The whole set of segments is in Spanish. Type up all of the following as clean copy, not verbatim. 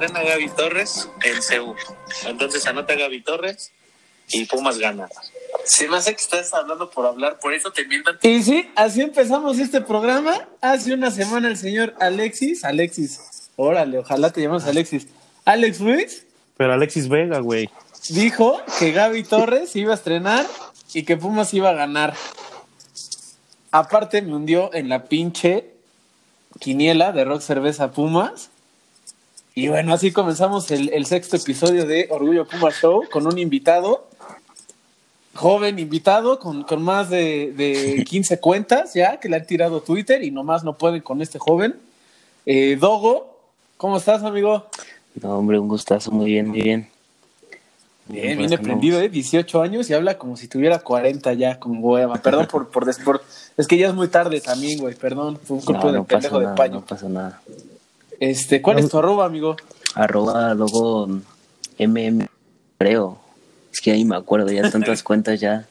estrena Gaby Torres en CU. Entonces anota Gaby Torres y Pumas gana. Se me hace que estás hablando por hablar, por eso te mientan. Y sí, así empezamos este programa. Hace una semana el señor Alexis, órale, ojalá te llames Alexis. Alex Ruiz. Pero Alexis Vega, güey. Dijo que Gaby Torres iba a estrenar y que Pumas iba a ganar. Aparte me hundió en la pinche quiniela de Rock Cerveza Pumas. Y bueno, así comenzamos el sexto episodio de Orgullo Pumas Show con un invitado, joven invitado, con más de 15 cuentas ya que le han tirado Twitter y nomás no pueden con este joven. Dogo, ¿cómo estás, amigo? No, hombre, un gustazo, muy bien, muy bien. Bien, viene prendido, 18 años y habla como si tuviera 40 ya, como hueva. Perdón por es que ya es muy tarde también, güey, perdón, fue un golpe de pendejo de paño. No pasa nada. ¿Cuál es tu arroba, amigo? Luego creo. Es que ahí me acuerdo, ya tantas cuentas ya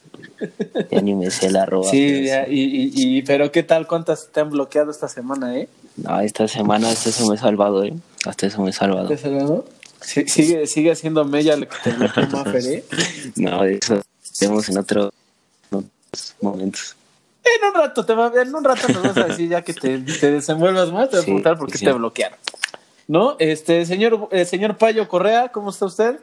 ni me sé el arroba. Sí, ya, pero ¿qué tal? ¿Cuántas te han bloqueado esta semana, No, esta semana hasta eso me he salvado, Hasta eso me he salvado. ¿Te has salvado? Sí, sigue haciendo mella lo que te bloqueó Maffer, No, de eso vemos en otros momentos. En un rato nos vas a decir ya que te desenvuelvas más, te voy a preguntar por qué te bloquearon. ¿No? Señor Payo Correa, ¿cómo está usted?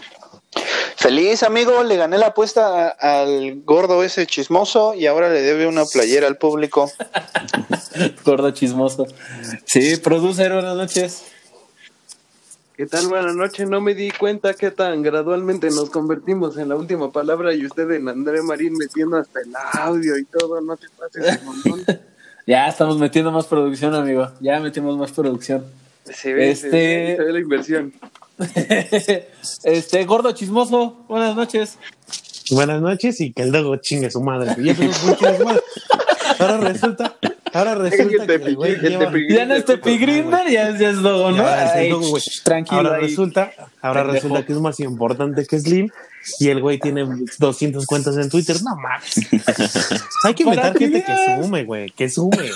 Feliz, amigo, le gané la apuesta al gordo ese chismoso y ahora le debe una playera al público. Gordo chismoso. Sí, producer, buenas noches. ¿Qué tal? Buenas noches. No me di cuenta qué tan gradualmente nos convertimos en la última palabra y usted en André Marín metiendo hasta el audio y todo. No te pases un montón. Ya estamos metiendo más producción, amigo. Ya metimos más producción. Se ve la inversión. Gordo chismoso, buenas noches. Buenas noches y que el Dogo chingue su madre. Ahora resulta que el güey ya no es Tepi Grinder, ya es Dogo, ¿no? Es Dogo, güey. Tranquilo. Ahora resulta que es más importante que Slim y el güey tiene 200 cuentas en Twitter. No mames. Hay que inventar gente que sume, güey, que sume.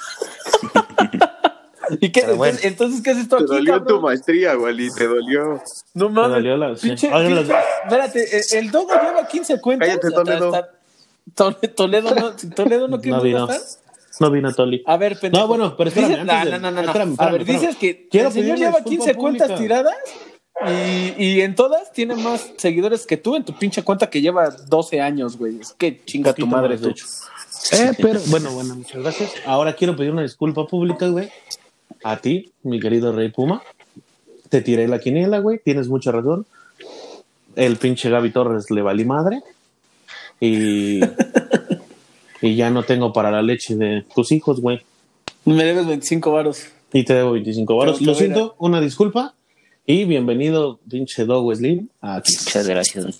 ¿Y qué? Entonces, ¿qué es esto aquí, Te dolió cabrón? Tu maestría, Wally, te dolió. No mames. Te dolió Espérate, el Dogo lleva 15 cuentas. Cállate, Toledo. Toledo no quiere estar. No vino Toli. A ver, pendejo. No, bueno, pero espérame. Espérame. A ver, dices que el señor lleva 15 cuentas tiradas y en todas tiene más seguidores que tú en tu pinche cuenta que lleva 12 años, güey. Es que chinga tu madre, tú. Pero, bueno, muchas gracias. Ahora quiero pedir una disculpa pública, güey. A ti, mi querido Rey Puma. Te tiré la quiniela, güey. Tienes mucha razón. El pinche Gaby Torres le valí madre. Y ya no tengo para la leche de tus hijos, güey. Me debes 25 varos. Y te debo 25 varos. Lo siento, una disculpa. Y bienvenido, pinche Dogo Slim. Aquí. Muchas gracias.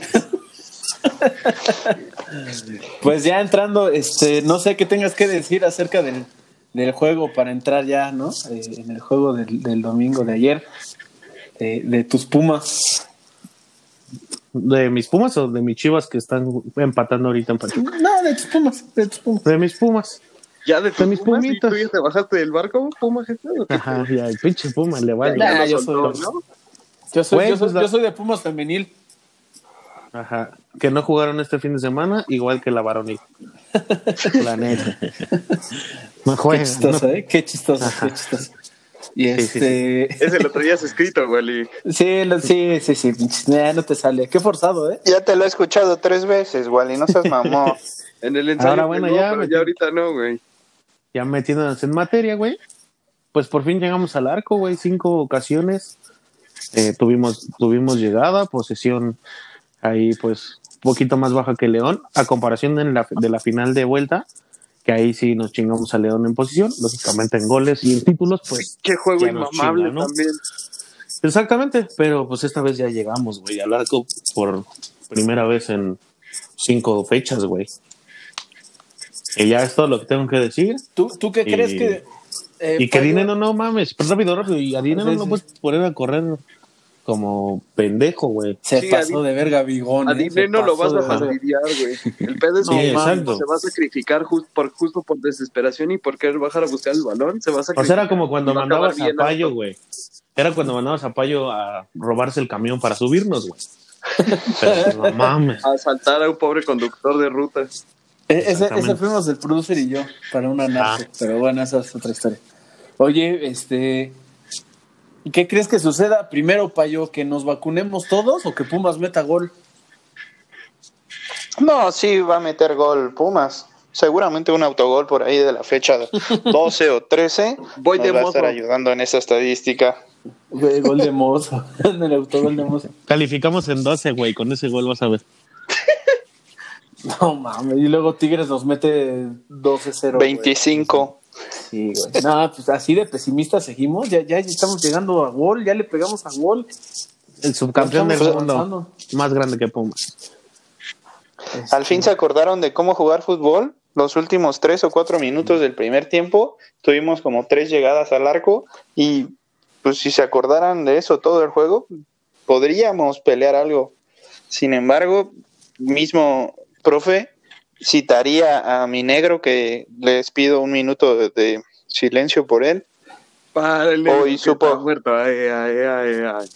Pues ya entrando, no sé qué tengas que decir acerca del juego para entrar ya, ¿no? En el juego del domingo de ayer, de tus Pumas. ¿De mis Pumas o de mis Chivas que están empatando ahorita en Pachuca? No, de tus Pumas. De mis Pumas. ¿Ya de mis Pumas? Pumitas? ¿Y tú ya te bajaste del barco, Puma, gente? Ajá, ya, el pinche Puma le vale. Yo soy de Pumas femenil. Ajá, que no jugaron este fin de semana, igual que la varonil. La neta. No juegan, Qué chistoso, ¿no? Qué chistoso. Y Ese lo traías escrito, Wally. Sí, no te sale. Qué forzado, Ya te lo he escuchado 3 veces, Wally, no seas mamón. En el ensayo. Ahora, bueno, ya ahorita no, güey. Ya metiéndonos en materia, güey. Pues por fin llegamos al arco, güey. 5 ocasiones. Tuvimos llegada, posesión ahí, pues, un poquito más baja que León, a comparación de la final de vuelta, que ahí sí nos chingamos a León en posición, lógicamente en goles y en títulos, pues. Qué juego inmamable chinga, ¿no? también. Exactamente, pero pues esta vez ya llegamos, güey, al arco por primera vez en 5 fechas, güey. Y ya es todo lo que tengo que decir. ¿Tú qué crees que...? Y que Dinero no mames, rápido, y a Dinero no lo puedes poner a correr como pendepo, güey. Se pasó de verga Bigón. A Dinero lo vas a fastidiar, güey. El pedo es que se va a sacrificar justo por desesperación y por querer bajar a buscar el balón. Se va a sacrificar. O sea, era como cuando mandabas a Payo, güey. Era cuando mandabas a Payo a robarse el camión para subirnos, güey. Pero no mames. A asaltar a un pobre conductor de rutas. Ese fuimos el producer y yo para una narco, pero bueno, esa es otra historia. Oye, ¿qué crees que suceda primero, Payo? ¿Que nos vacunemos todos o que Pumas meta gol? No, sí va a meter gol Pumas. Seguramente un autogol por ahí de la fecha 12 o 13 Voy nos de va a mozo. estar ayudando en esa estadística. Gol de Mozo, en el autogol de Mozo. Calificamos en 12, güey. Con ese gol vas a ver. No mames, y luego Tigres nos mete 12-0. 25. Güey. Sí, güey. No, pues así de pesimistas seguimos. Ya estamos llegando a gol, ya le pegamos a gol. El subcampeón del Estamos mundo. avanzando. Más grande que Pumas. Al fin se acordaron de cómo jugar fútbol. Los últimos 3 o 4 minutos del primer tiempo tuvimos como 3 llegadas al arco y pues si se acordaran de eso todo el juego, podríamos pelear algo. Sin embargo, mismo profe citaría a mi negro, que les pido un minuto de silencio por él. Párale, Hoy que supo. está muerto. Ay.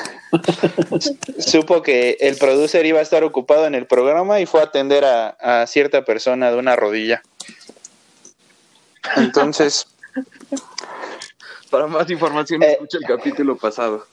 Supo que el producer iba a estar ocupado en el programa y fue a atender a cierta persona de una rodilla. Entonces, Para más información, escucha el capítulo pasado.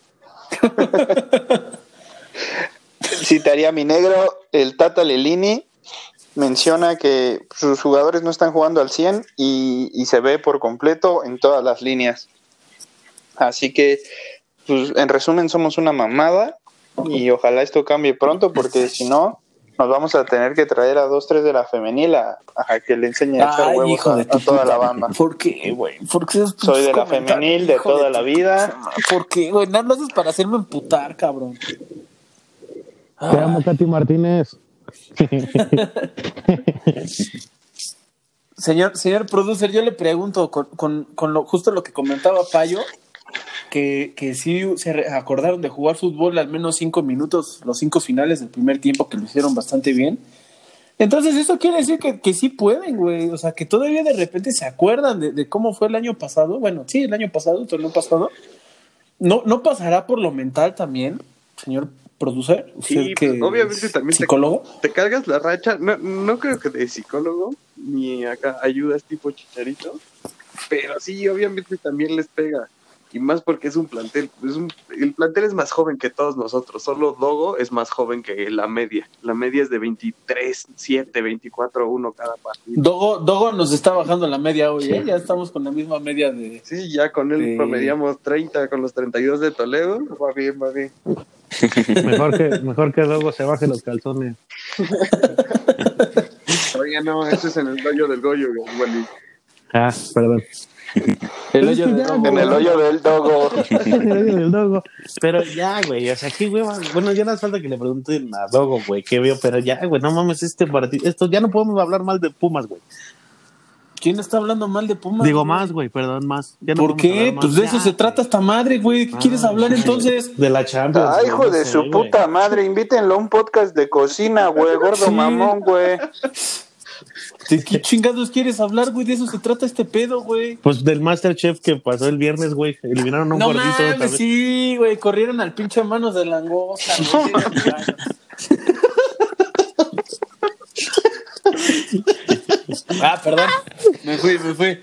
citaría a mi negro, el Tata Lelini menciona que sus jugadores no están jugando al 100 y se ve por completo en todas las líneas. Así que, pues, en resumen, somos una mamada y ojalá esto cambie pronto, porque si no, nos vamos a tener que traer a 2-3 de la femenil a que le enseñe a echar huevos hijo de a tu toda puta. la banda. ¿Por qué, güey? ¿Por qué esos Soy de la pinches femenil de hijo toda tu la vida. puta madre? ¿Por qué, güey? Nada lo haces para hacerme emputar, cabrón. Te amo, Katy Martínez. Señor producer, yo le pregunto con justo lo que comentaba Payo, que sí se acordaron de jugar fútbol al menos 5 minutos, los 5 finales del primer tiempo, que lo hicieron bastante bien. Entonces eso quiere decir que sí pueden, güey. O sea, que todavía de repente se acuerdan de cómo fue el año pasado. Bueno, sí, el año pasado, el torneo pasado. ¿No pasará por lo mental también, señor producer? Sí, que pues, obviamente también psicólogo. te cargas la racha. No creo que de psicólogo, ni acá ayudas tipo Chicharito, pero sí, obviamente también les pega. Y más porque es un plantel, el plantel es más joven que todos nosotros, solo Dogo es más joven que la media. La media es de 23-7, 24-1 cada partido. Dogo nos está bajando la media hoy, ¿eh? Ya estamos con la misma media de... Sí, ya con él promediamos 30 con los 32 de Toledo. Va bien. Mejor que Dogo se baje los calzones. Oiga, no, eso es en el hoyo del Goyo, güey. Ah, perdón. El hoyo de Dogo. En el hoyo del Dogo. En el hoyo del Dogo. Pero ya, güey, o sea, qué güey. Bueno, ya no hace falta que le pregunten a Dogo, güey, qué veo, pero ya, güey, no mames, esto ya no podemos hablar mal de Pumas, güey. ¿Quién está hablando mal de Pumas? Digo más, güey, perdón, más. Ya no ¿Por podemos qué? hablar más. Pues de eso se trata esta madre, güey. ¿Qué quieres hablar entonces? De la Champions. Ay, hijo no de sé, su güey. puta madre, invítenlo a un podcast de cocina, güey, gordo Sí. mamón, güey. ¿De qué chingados quieres hablar, güey? De eso se trata este pedo, güey. Pues del Masterchef que pasó el viernes, güey. Eliminaron a un No gordito. mames, también. sí, güey. Corrieron al pinche manos de langosta, güey. Perdón. Me fui.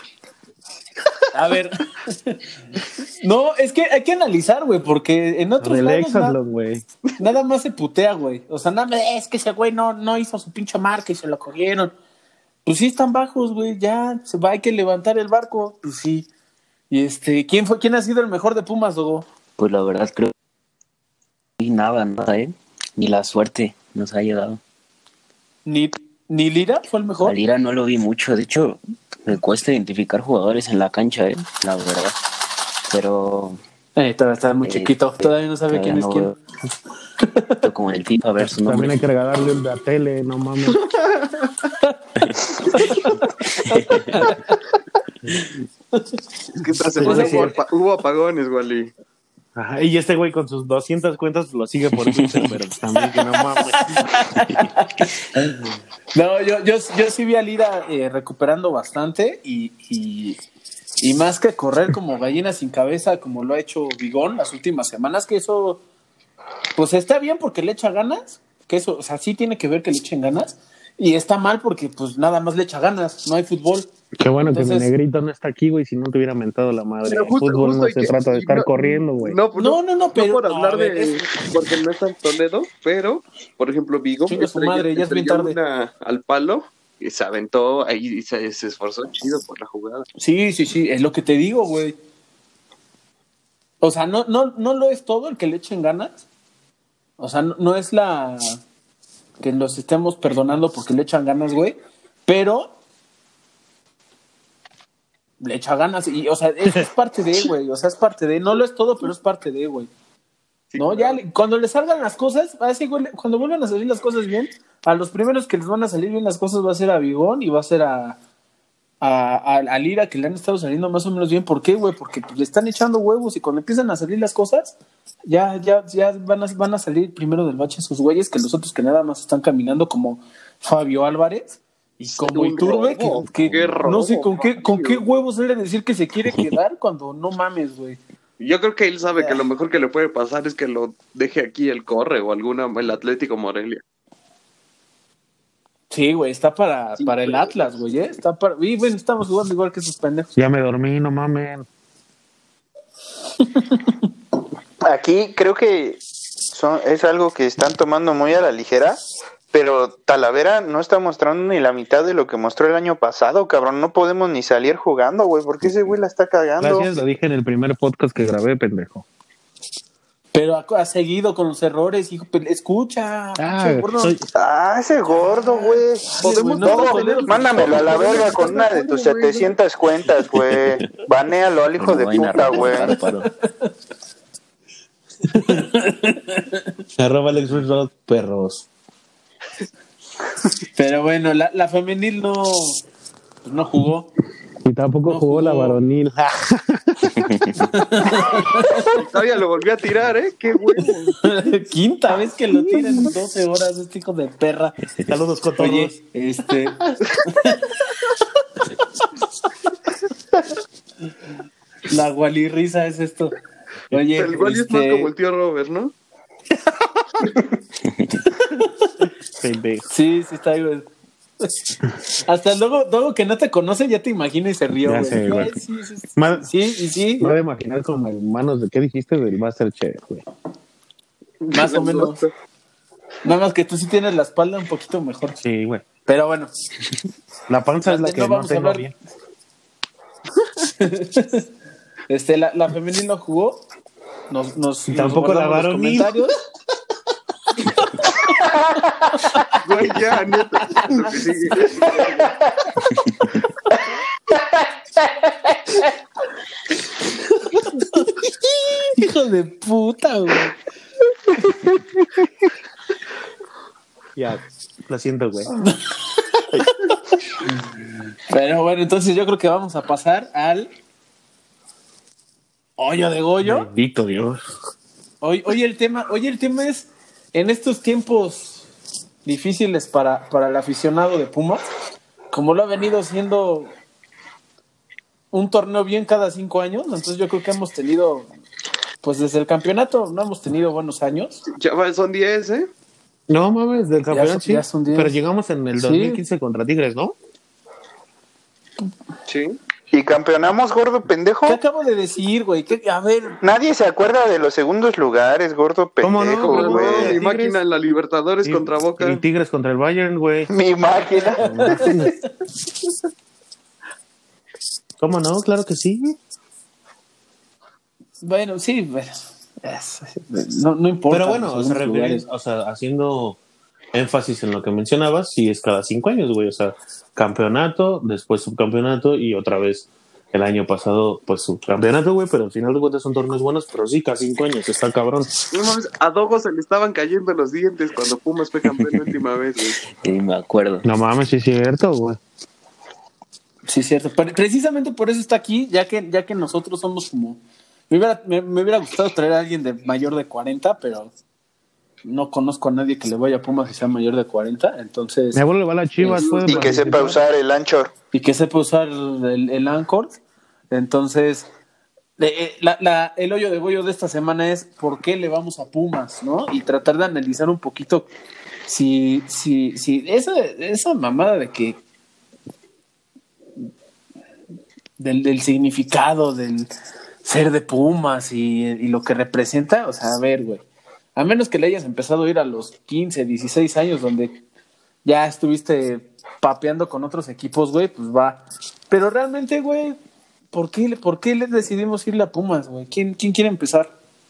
A ver. No, es que hay que analizar, güey, porque en otros Reléxalo, lados güey. nada más se putea, güey. O sea, nada más es que ese güey no hizo su pinche marca y se lo cogieron. Pues sí están bajos, güey, ya se va, hay que levantar el barco. Pues sí. Y ¿quién ha sido el mejor de Pumas, Dogo? Pues la verdad creo que nada, ni la suerte nos ha llegado. Ni Lira fue el mejor. A Lira no lo vi mucho, de hecho me cuesta identificar jugadores en la cancha, la verdad. Pero Todavía está muy chiquito, todavía no sabe quién es quién. Veo, como en el FIFA, a ver su También nombre. hay que regalarle el de la tele, no mames. Es que esta semana hubo apagones, Wally. Ajá, y este güey con sus 200 cuentas lo sigue por Twitter, pero también que no mames. No, yo sí vi a Lira recuperando bastante y Y más que correr como gallina sin cabeza, como lo ha hecho Bigón las últimas semanas, que eso, pues está bien porque le echa ganas, que eso, o sea, sí tiene que ver que le echen ganas, y está mal porque pues nada más le echa ganas, no hay fútbol. Qué bueno. Entonces, que mi negrito no está aquí, güey, si no te hubiera mentado la madre. El fútbol no se trata de estar corriendo, güey. No, pero... por hablar de... Porque no está en Toledo, pero, por ejemplo, Vigo estrelló una al palo y se aventó ahí y se esforzó chido por la jugada. Sí, es lo que te digo, güey. O sea, no lo es todo el que le echen ganas. O sea, no es la... que los estemos perdonando porque le echan ganas, güey. Pero... le echa ganas y, o sea, eso es parte de, güey, o sea, es parte de, no lo es todo, pero es parte de, güey. Sí, ¿no? Claro. Ya cuando le salgan las cosas, así, güey, cuando vuelvan a salir las cosas bien, a los primeros que les van a salir bien las cosas va a ser a Bigón y va a ser a Lira, que le han estado saliendo más o menos bien. ¿Por qué, güey? Porque pues, le están echando huevos y cuando empiezan a salir las cosas, ya van a salir primero del bache sus güeyes que los otros que nada más están caminando, como Fabio Álvarez. Y como Iturbe, que no sé con qué huevos sale a decir que se quiere quedar cuando no mames, güey. Yo creo que él sabe que lo mejor que le puede pasar es que lo deje aquí el Corre o el Atlético Morelia. Sí, güey, está para el Atlas, güey, ¿eh? Está para... Y bueno, estamos jugando igual que esos pendejos. Ya me dormí, no mamen. Aquí creo que es algo que están tomando muy a la ligera. Pero Talavera no está mostrando ni la mitad de lo que mostró el año pasado, cabrón. No podemos ni salir jugando, güey. ¿Por qué ese güey la está cagando? Gracias, lo dije en el primer podcast que grabé, pendejo. Pero ha seguido con los errores, hijo. Escucha. Ese gordo, güey. Mándamelo a la verga con una de tus 700 cuentas, güey. Banéalo al hijo de puta, güey. @Alex Ruiz, perros. Pero bueno, la femenil no jugó. Y tampoco jugó la varonil. Todavía lo volvió a tirar, ¿eh? ¡Qué huevo! Quinta vez que lo tiran en 12 horas, este hijo de perra. Saludos con todos. Oye, la gualirrisa es esto. Oye, el Wally es más como el tío Robert, ¿no? Sí, está ahí, güey. Hasta luego que no te conoce ya te imagina y se rió, güey. Sí. Me voy a imaginar como hermanos de... ¿Qué dijiste? Del Masterchef, güey. Más o menos. Nada más que tú sí tienes la espalda un poquito mejor. Sí, güey. Pero bueno. La panza es la que no tengo bien. La femenil no jugó. Tampoco la varonil. Güey, ya, neta. Hijo de puta, güey. Ya, lo siento, güey. Pero bueno, entonces yo creo que vamos a pasar al hoyo de Goyo. Bendito Dios. Hoy el tema es, en estos tiempos difíciles para el aficionado de Pumas, como lo ha venido siendo un torneo bien cada 5 años, entonces yo creo que hemos tenido, pues desde el campeonato no hemos tenido buenos años. Ya son 10, ¿eh? No mames, del campeonato sí, son 10. Pero llegamos en el 2015 contra Tigres, ¿no? Sí. ¿Y campeonamos, gordo pendejo? ¿Qué acabo de decir, güey? A ver. Nadie se acuerda de los segundos lugares, gordo pendejo, güey. No, mi máquina en la Libertadores contra Boca. Y Tigres contra el Bayern, güey. Mi máquina. ¿Cómo no? Claro que sí. Bueno, sí, no importa. Pero bueno, haciendo énfasis en lo que mencionabas, sí es cada 5 años, güey. O sea, campeonato, después subcampeonato y otra vez el año pasado, pues subcampeonato, güey. Pero al final de cuentas son torneos buenos, pero sí, cada 5 años, está cabrón. No mames, a Dogo se le estaban cayendo los dientes cuando Pumas fue campeón la última vez, güey. Sí, me acuerdo. No mames, sí es cierto, güey. Sí, es cierto. Precisamente por eso está aquí, ya que nosotros somos como... Me hubiera gustado traer a alguien de mayor de 40, pero no conozco a nadie que le vaya a Pumas que sea mayor de 40, entonces... Mi abuelo le va a la Chivas. Y que sepa usar el Anchor. Y que sepa usar el Anchor. Entonces, el hoyo de bollo de esta semana es ¿por qué le vamos a Pumas? ¿No? Y tratar de analizar un poquito si esa mamada de que del significado del ser de Pumas y lo que representa, o sea, a ver, güey, a menos que le hayas empezado a ir a los 15, 16 años donde ya estuviste papeando con otros equipos, güey, pues va. Pero realmente, güey, ¿por qué le decidimos irle a Pumas, güey? ¿Quién quiere empezar?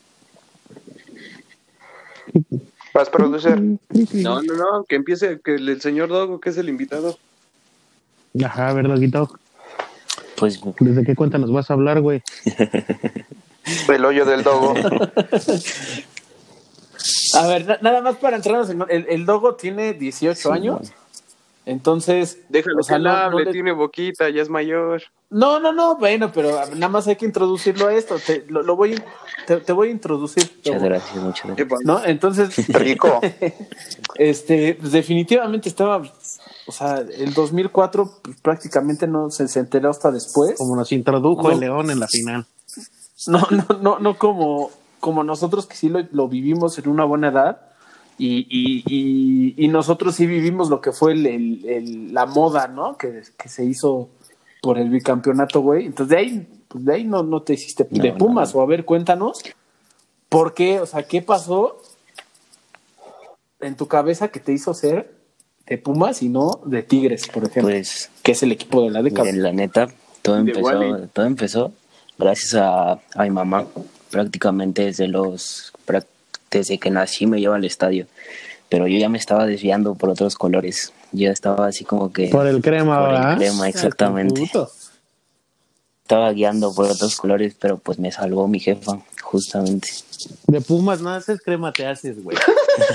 ¿Vas a producir? No, que empiece que el señor Dogo, que es el invitado. Ajá, a ver, Doguito. Pues, ¿Desde qué cuenta nos vas a hablar, güey? El hoyo del Dogo. A ver, nada más para entrarnos en... El Dogo tiene 18 sí, años. bueno. Entonces... Déjalo o sea, que hable, tiene boquita, ya es mayor. No, bueno, pero nada más hay que introducirlo a esto. Te voy a introducir. Muchas gracias. ¿No? Entonces... Rico. pues definitivamente estaba... O sea, el 2004 pues, prácticamente no se enteró hasta después. Como nos introdujo el León en la final. No como nosotros que sí lo vivimos en una buena edad y nosotros sí vivimos lo que fue la moda, ¿no? Que se hizo por el bicampeonato, güey. Entonces de ahí no te hiciste de Pumas. No. O a ver, cuéntanos, ¿por qué? O sea, ¿qué pasó en tu cabeza que te hizo ser de Pumas y no de Tigres, por ejemplo? Pues, que es el equipo de la década. miren, la neta, todo empezó gracias a mi mamá. Prácticamente desde que nací me lleva al estadio. Pero yo ya me estaba desviando por otros colores. Yo estaba así como que... Por el crema, ¿verdad? Por el crema, exactamente. Estaba guiando por otros colores, pero pues me salvó mi jefa, justamente. De Pumas no haces crema, te haces, güey.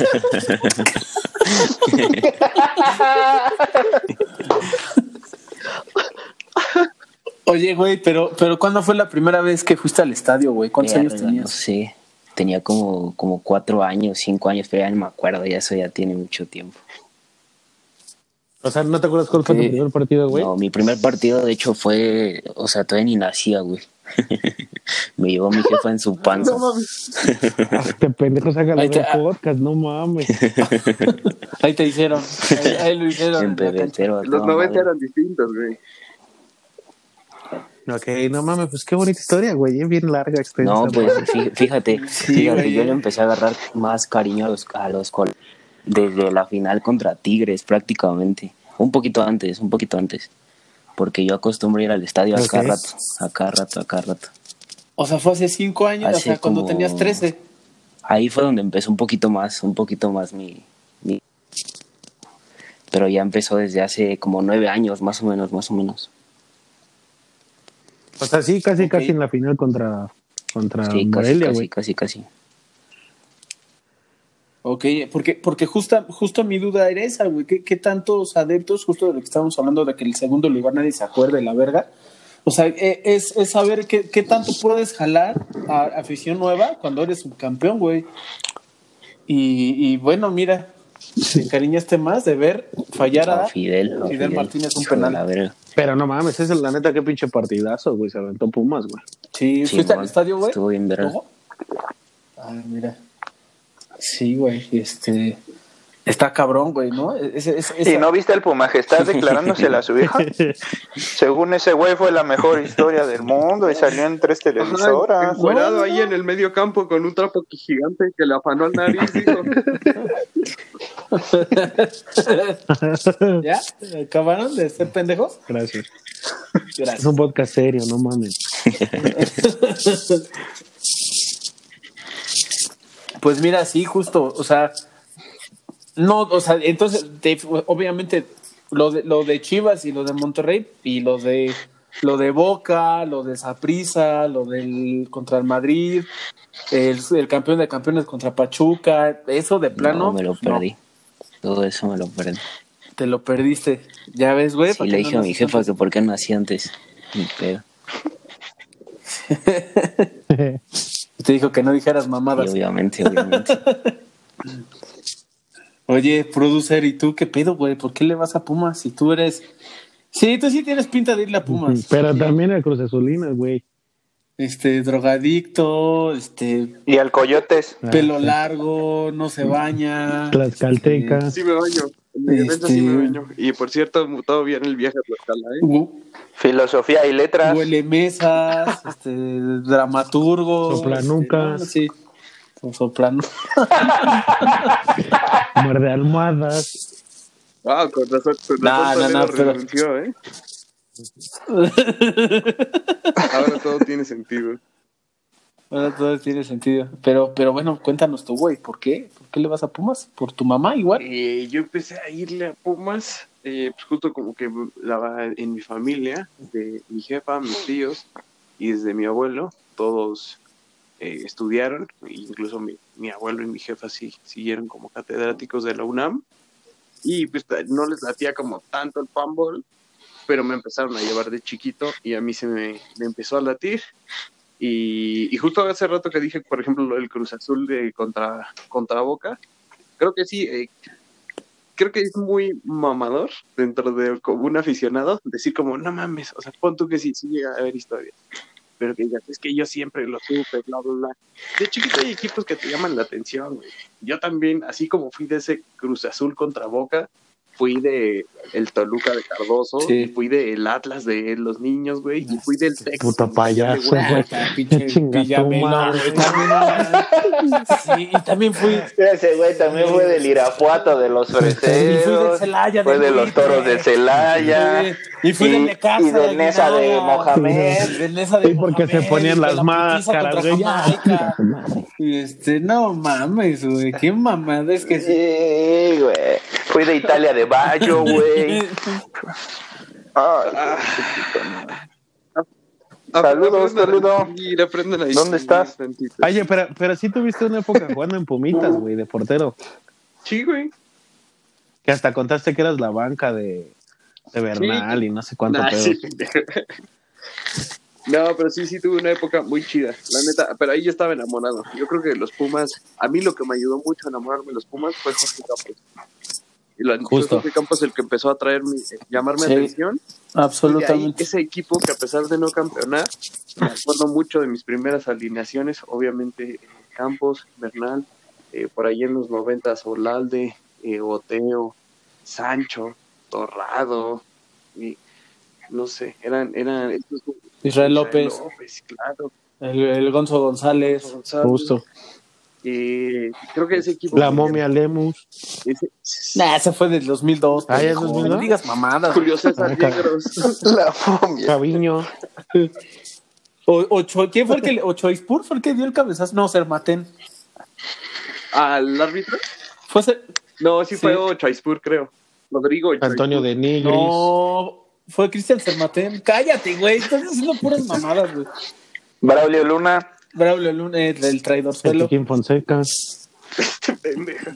Oye, güey, pero ¿cuándo fue la primera vez que fuiste al estadio, güey? ¿Cuántos años tenías? No sé, tenía como 4 años, 5 años, pero ya no me acuerdo, ya eso ya tiene mucho tiempo. O sea, ¿no te acuerdas cuál fue tu primer partido, güey? No, mi primer partido, de hecho, fue... O sea, todavía ni nacía, güey. Me llevó mi jefa en su panza. No mames. Este pendejo saca el podcast, no mames. Ahí te hicieron. Ahí lo hicieron. En pebetero, Los 90 eran distintos, güey. Ok, no mames, pues qué bonita historia, güey. Es bien larga, extensa. No, pues fíjate, Sí, güey. yo le empecé a agarrar más cariño a los colores desde la final contra Tigres, prácticamente. Un poquito antes. Porque yo acostumbro ir al estadio a cada rato. O sea, fue hace 5 años, o sea, cuando tenías 13. Ahí fue donde empezó un poquito más mi... Pero ya empezó desde hace como 9 años, más o menos. O sea, sí, casi en la final contra Sí, Morelia, güey. casi. Ok, porque justo mi duda era esa, güey. ¿Qué tantos adeptos, justo de lo que estábamos hablando, de que el segundo lugar nadie se acuerde, la verga? O sea, es saber qué tanto puedes jalar a afición nueva cuando eres subcampeón, güey. Y bueno, mira, te encariñaste más de ver fallar a Fidel Martínez un penal. Pero no mames, esa es la neta, qué pinche partidazo, güey. Se aventó Pumas, güey. Sí, ¿fuiste al estadio, güey? Estuvo bien verga. Ah, mira. Sí, güey, está cabrón, güey, ¿no? ¿Y no viste al Pumajestad declarándosela a su hija? Según ese güey fue la mejor historia del mundo y salió en 3 televisoras. Encuerado ahí en el medio campo con un trapo gigante que le afanó al nariz, dijo. ¿Ya? ¿Acabaron de ser pendejos? Gracias. Es un podcast serio, no mames. Pues mira, sí, justo, o sea, entonces, obviamente, lo de Chivas y lo de Monterrey y lo de Boca, lo de Saprissa, lo del contra el Madrid, el campeón de campeones contra Pachuca, eso de plano. No, me lo perdí. Todo eso me lo perdí. Te lo perdiste, ya ves, güey. Sí, le dije a mi jefa que por qué no hacía antes. Ni pedo. Te dijo que no dijeras mamadas. Sí, obviamente. Oye, producer, ¿y tú qué pedo, güey? ¿Por qué le vas a Pumas si tú eres Sí, tú sí tienes pinta de irle a Pumas. Pero también a Cruz Azulina, güey. Drogadicto, Y al Coyotes. pelo largo, no se baña. Tlaxcalteca. Sí me baño. En mi defensa sí me baño. Y por cierto, todo bien el viaje a Tlaxcala, Filosofía y letras. Huele mesas, dramaturgo. Soplanucas. Sí, soplano. Muerde almohadas. Ah, con razón. No, pero... renunció, Ahora todo tiene sentido. Ahora todo tiene sentido. Pero bueno, cuéntanos tú, güey, ¿por qué? ¿Por qué le vas a Pumas? ¿Por tu mamá igual? Yo empecé a irle a Pumas, pues justo como que en mi familia, de mi jefa, mis tíos y desde mi abuelo, todos estudiaron, incluso mi abuelo y mi jefa sí siguieron como catedráticos de la UNAM, y pues no les latía como tanto el fútbol, pero me empezaron a llevar de chiquito y a mí se me empezó a latir. Y justo hace rato que dije, por ejemplo, lo del Cruz Azul contra Boca, creo que sí, creo que es muy mamador dentro de como un aficionado decir como, no mames, o sea, pon tú que sí llega a haber historias, pero que digas, es que yo siempre lo supe, bla, bla, bla. De chiquito hay equipos que te llaman la atención, güey. Yo también, así como fui de ese Cruz Azul contra Boca, fui de el Toluca de Cardoso, Sí. y fui del Atlas de los niños, güey, y fui del Texas. Puta payaso, güey. Pinche Villamela, güey. Sí, y también fui... Ese güey también fue del Irapuato, de los Y fui del Freseros, Celaya. fue de los Toros de Celaya, Y fui del Necaxa. y del Nesa de Mohamed. Del Nesa de Sí, porque Mohamed, se ponían las la máscaras, putiza güey. contra Jamaica. No mames, güey. Qué mamada es que sí. Sí, güey. Fui de Italia de Bayo, güey. Saludos. ¿Dónde estás? Oye, pero sí tuviste una época jugando en Pumitas, güey, de portero. Sí, güey. Que hasta contaste que eras la banca de Bernal y no sé cuánto pedo. Sí. No, pero sí tuve una época muy chida, la neta, pero ahí yo estaba enamorado. Yo creo que los Pumas, a mí lo que me ayudó mucho a enamorarme de los Pumas fue Jorge Campos. Y fue Jorge Campos el que empezó a llamarme atención. Absolutamente. Ese equipo que a pesar de no campeonar, me acuerdo mucho de mis primeras alineaciones, obviamente Campos, Bernal, por ahí en los 90s, Olalde, Oteo, Sancho, Torrado, y no sé, eran estos, Israel López, claro. el Gonzo González. Justo. Creo que ese equipo... La momia Lemus. Ese fue del 2002. ¿Ah, ya es 2002? No digas mamadas. Julio César Negros. La momia. Caviño. ¿Quién fue el que... Ochoispur fue el que dio el cabezazo? No, Sermatén. ¿Al árbitro? No, sí fue Ochoispur, creo. Rodrigo Ochoispur. Antonio de Nigris. No, fue Cristian Sermatén. Cállate, güey. Estás haciendo puras mamadas, güey. Braulio Luna. El traidor suelo. Joaquín Fonseca. Este pendejo.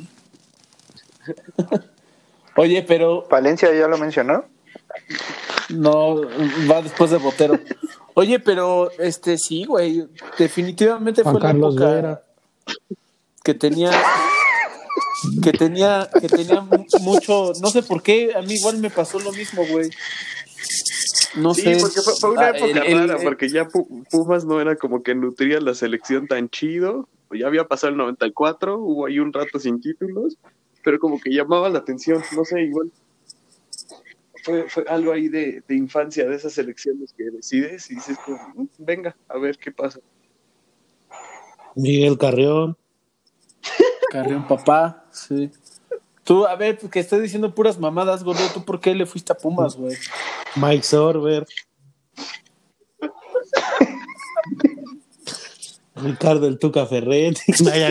Oye, pero... Palencia ya lo mencionó. No, va después de Botero. Oye, pero sí, güey. Definitivamente Juan fue Carlos la época Vera. que tenía mucho, no sé por qué, a mí igual me pasó lo mismo, güey. No sé. Sí, porque fue una época rara, porque ya Pumas no era como que nutría la selección tan chido. Ya había pasado el 94, hubo ahí un rato sin títulos, pero como que llamaba la atención, no sé, igual. Fue algo ahí de infancia, de esas selecciones que decides y dices, venga, a ver qué pasa. Miguel Carrión. Carrión papá, sí. Tú, a ver, que estoy diciendo puras mamadas, gordo. ¿Tú por qué le fuiste a Pumas, güey? Mike Sorber. Ricardo el Tuca Ferretti.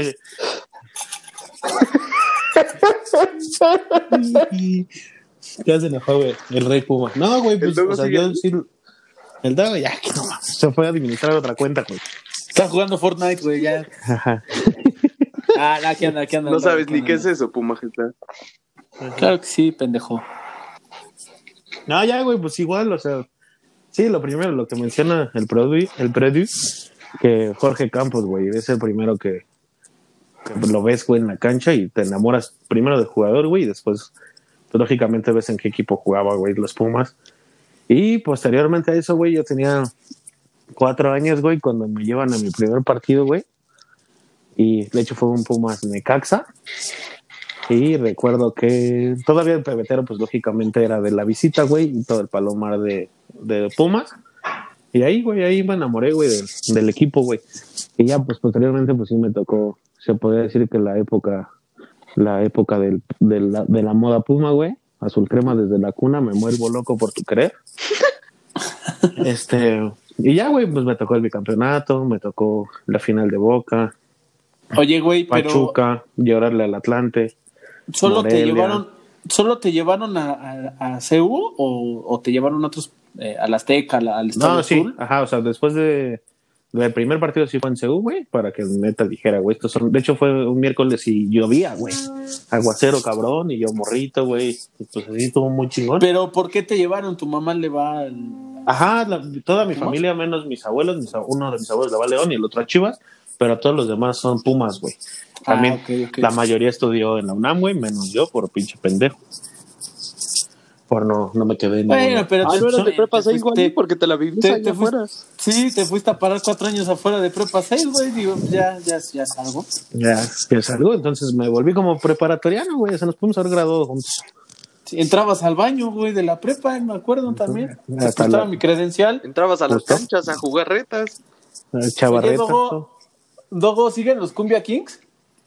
¿Qué hacen a güey? El Rey Puma. No, güey, pues, o sea, yo sí. El Dago ya, que no mames. Se fue a administrar otra cuenta, güey. Está jugando Fortnite, güey, ya. Ajá. Aquí anda. No sabes ni qué es eso, Puma Gesta. Claro que sí, pendejo. No, ya, güey, pues igual, o sea. Sí, lo primero, lo que menciona el Predi, que Jorge Campos, güey, es el primero que lo ves, güey, en la cancha y te enamoras primero del jugador, güey, y después, pues, lógicamente ves en qué equipo jugaba, güey, los Pumas. Y posteriormente a eso, güey, yo tenía 4 años, güey, cuando me llevan a mi primer partido, güey. Y de hecho fue un Pumas Necaxa. Y recuerdo que todavía el pebetero, pues lógicamente era de la visita, güey, y todo el palomar de Pumas. Y ahí, güey, ahí me enamoré, güey, del equipo, güey. Y ya, pues posteriormente, pues sí me tocó, se podría decir que la época de la moda Puma, güey. Azul crema desde la cuna, me vuelvo loco por tu querer. Y ya, güey, pues me tocó el bicampeonato, me tocó la final de Boca. Oye, güey, Pachuca, llorarle al Atlante. ¿Solo te llevaron a CU o te llevaron a otros, al Azteca, al Estadio Azul? Sí, ajá, o sea, después del primer partido sí fue en CU, güey, para que neta dijera, güey, de hecho fue un miércoles y llovía, güey, aguacero cabrón, y yo morrito, güey, pues así estuvo muy chingón. Pero ¿por qué te llevaron? ¿Tu mamá le va al... Ajá, toda mi familia, menos mis abuelos, uno de mis abuelos le va a León y el otro a Chivas, pero todos los demás son Pumas, güey. También okay. La mayoría estudió en la UNAM, güey, menos yo, por pinche pendejo. Por no me quedé en... Bueno, pero tú eras de prepa 6, güey, porque te la viviste allá afuera. Sí, te fuiste a parar 4 años afuera de prepa 6, güey, digo, ya salgo. Ya salgo, entonces me volví como preparatoriano, güey, se nos pudimos haber graduado juntos. Sí, entrabas al baño, güey, de la prepa, me acuerdo también. Te prestaba mi credencial. Entrabas a las canchas a jugar retas. Chavarreta. Oye, Dogo, ¿siguen los Cumbia Kings?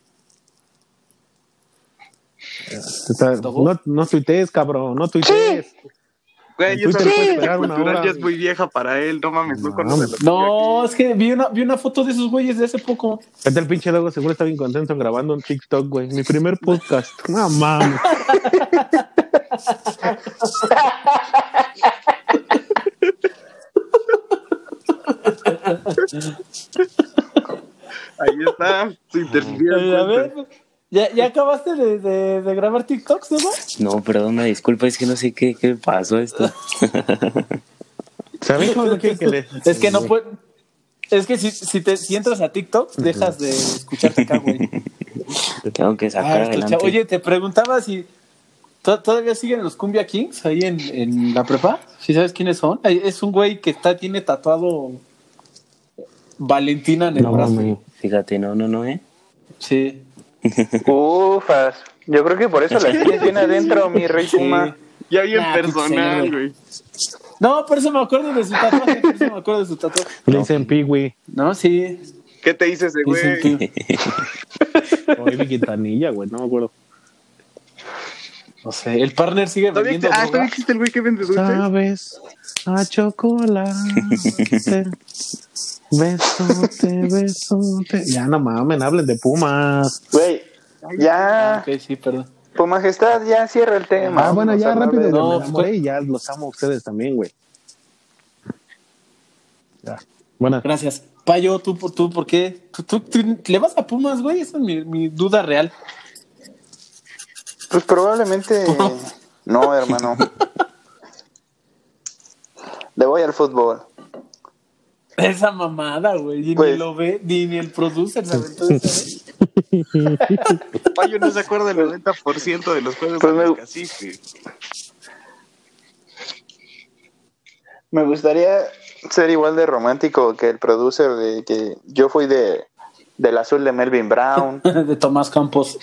No tuitees, cabrón, no tuitees. Güey, esa cultural ya es muy vieja para él, no mames, no conoces. No, es que vi una foto de esos güeyes de hace poco. El pinche Dogo seguro está bien contento grabando un TikTok, güey. Mi primer podcast. No mames. Ahí está, se interfirió. A ver, ¿ya acabaste de grabar TikToks, no? No, perdón, una disculpa, es que no sé qué pasó esto. ¿Sabes cómo que le... Es que no puede... Es que si entras a TikTok, dejas de escucharte acá, güey. Tengo que sacar adelante. Oye, te preguntaba si todavía siguen los Cumbia Kings ahí en la prepa. ¿Sí sabes quiénes son? Es un güey que tiene tatuado Valentina en el brazo. Fíjate, no, Sí. Ufas. Yo creo que por eso la tienes bien adentro, mi rey Puma. Ya bien personal, güey. No, por eso me acuerdo de su tatuaje. Le dicen Piwi. No, sí. ¿Qué te dice ese güey? Oye, Quintanilla, güey, no me acuerdo. No sé, el partner sigue vendiendo droga. ¿Todavía existe el güey que vende dulces? Sabes a chocolate. Besote. Ya no mames, hablen de Pumas. Güey, ya. Ok, sí, perdón. Pues majestad, ya cierra el tema. Bueno, ya rápido, no, me enamoré y ya los amo a ustedes también, güey. Ya. Bueno. Gracias. Payo, ¿tú por qué? ¿Tú le vas a Pumas, güey? Esa es mi duda real. Pues probablemente no, hermano. Le voy al fútbol. Esa mamada, güey. Pues, ni lo ve, ni el producer se aventó esa. Payo no se acuerda del 90% de los juegos pues de los que asiste. Me gustaría ser igual de romántico que el producer de que yo fui del azul de Melvin Brown. De Tomás Campos.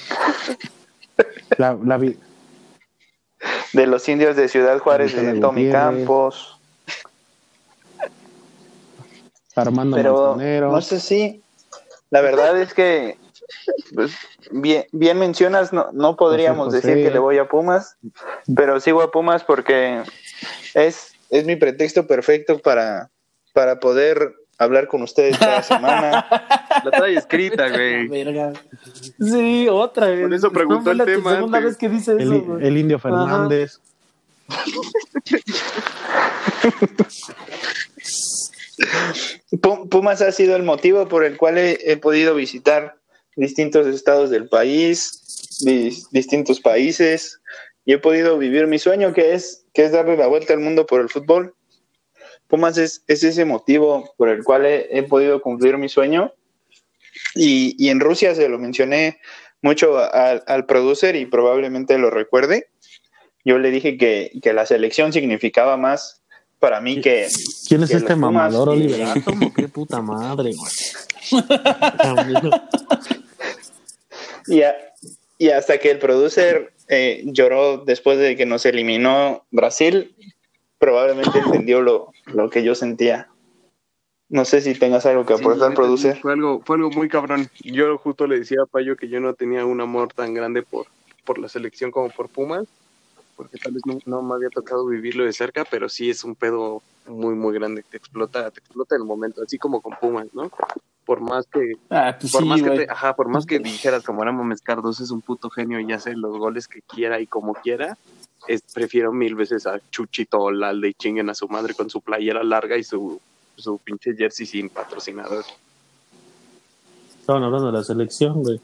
La vi. De los indios de Ciudad Juárez de Tommy Campos. Armando Pero Manzanero. No sé si la verdad es que pues, bien mencionas, no podríamos decir que le voy a Pumas, pero sigo a Pumas porque es mi pretexto perfecto para poder hablar con ustedes cada semana. La trae escrita, güey. Sí, otra vez. Por eso preguntó el tema. Segunda vez que dice eso, güey. El Indio Fernández. Pumas ha sido el motivo por el cual he podido visitar distintos estados del país, distintos países, y he podido vivir mi sueño, que es darle la vuelta al mundo por el fútbol. Pumas es ese motivo por el cual he podido cumplir mi sueño, y en Rusia se lo mencioné mucho al producer y probablemente lo recuerde. Yo le dije que la selección significaba más para mí que... ¿Quién es que este los Pumas mamador, y- Oliver Atom? ¡Qué puta madre, güey! Y, y hasta que el producer lloró después de que nos eliminó Brasil, probablemente entendió lo que yo sentía. No sé si tengas algo que Sí, aportar, neta, producer. fue algo muy cabrón. Yo justo le decía a Payo que yo no tenía un amor tan grande por la selección como por Pumas, porque tal vez no me había tocado vivirlo de cerca, pero sí es un pedo muy grande. Te explota el momento, así como con Pumas, ¿no? Por más que Pues sí, güey. por más que dijeras como era Mames Cardoso es un puto genio y hace los goles que quiera y como quiera, prefiero 1000 veces a Chuchito Olalde y chinguen a su madre con su playera larga y su pinche jersey sin patrocinador. Estaban hablando de la selección, güey.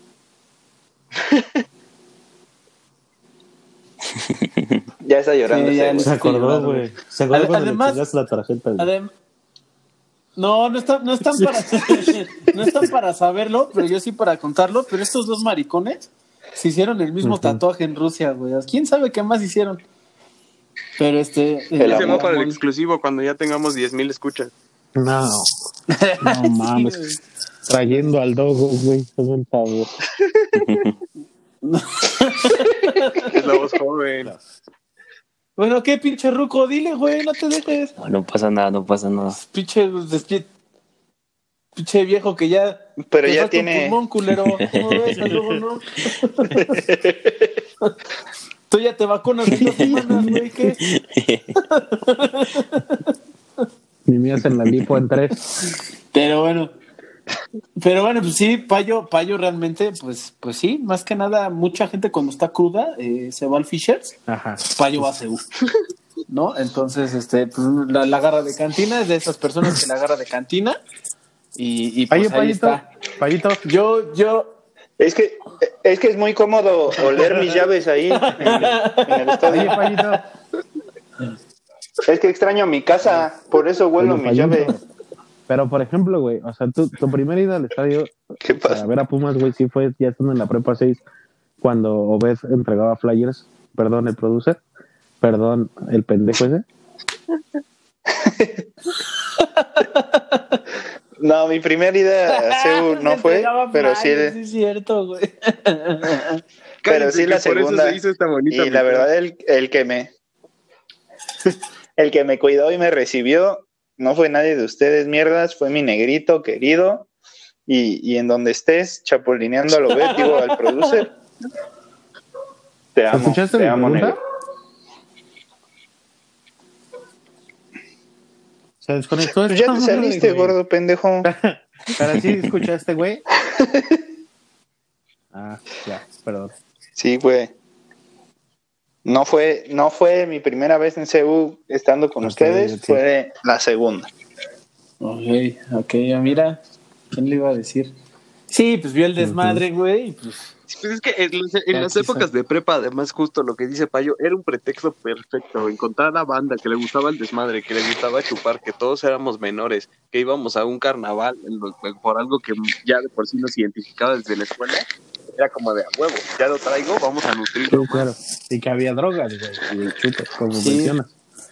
Ya está llorando Sí, ese ya güey. Se acordó, güey. Se acordó cuando Además- le chingaste la tarjeta, güey. No están para no están para saberlo, pero yo sí para contarlo. Pero estos dos maricones se hicieron el mismo tatuaje en Rusia, güey. ¿Quién sabe qué más hicieron? Pero Se va para el exclusivo cuando ya tengamos 10,000 escuchas. No mames. Sí, güey. Trayendo al dogo, güey. Hazme el favor. Es la voz joven. Bueno, qué pinche ruco, dile, güey, no te dejes. No pasa nada. Pinche viejo que ya. Pero te ya falta tiene- un pulmón, culero. ¿Cómo ves? Luego no. Tú ya te vacunas en 2 semanas, güey, ¿qué? Ni me hacen la lipo en 3. Pero bueno, pues sí, Payo realmente, pues sí, más que nada, mucha gente cuando está cruda se va al Fishers, Ajá. Payo va a Seúl, ¿no? Entonces, pues, la garra de cantina es de esas personas que la garra de cantina y pues ahí está. Payito. Yo, Es que es muy cómodo oler mis llaves ahí en el estadio. Payito. Es que extraño mi casa, por eso huelo Oye, mi Payito. llave. Pero, por ejemplo, güey, o sea, tu primera ida al estadio ¿Qué para pasa? ver a Pumas, güey, sí fue ya estando en la prepa 6, cuando Obed entregaba flyers, perdón, el producer, perdón, el pendejo ese. No, mi primera ida a Seúl no me fue, entregaba pero sí, flyers, sí es cierto, güey. pero Cállense, sí que la por eso segunda. se hizo esta bonita Y la amistad. verdad, el que me cuidó y me recibió no fue nadie de ustedes, mierdas, fue mi negrito querido. Y en donde estés, chapulineando a lo bet, digo al producer. Te amo, ¿Escuchaste te mi amo, pregunta? negro. Se desconectó. Pues ya te saliste, güey. gordo pendejo. Pero sí escuchaste, güey. Ah, ya, perdón. Sí, güey. No fue mi primera vez en CU estando con Ok, ustedes, ok. fue la segunda. Ok, mira, ¿quién le iba a decir? Sí, pues vio el desmadre, güey, y pues... Pues es que en las épocas de prepa, además, justo lo que dice Payo, era un pretexto perfecto. Encontrar a la banda que le gustaba el desmadre, que le gustaba chupar, que todos éramos menores, que íbamos a un carnaval por algo que ya de por sí nos identificaba desde la escuela. Era como de a huevo, ya lo traigo, vamos a nutrirlo. Sí, claro. Y que había drogas, güey, y chupes, como Sí. mencionas.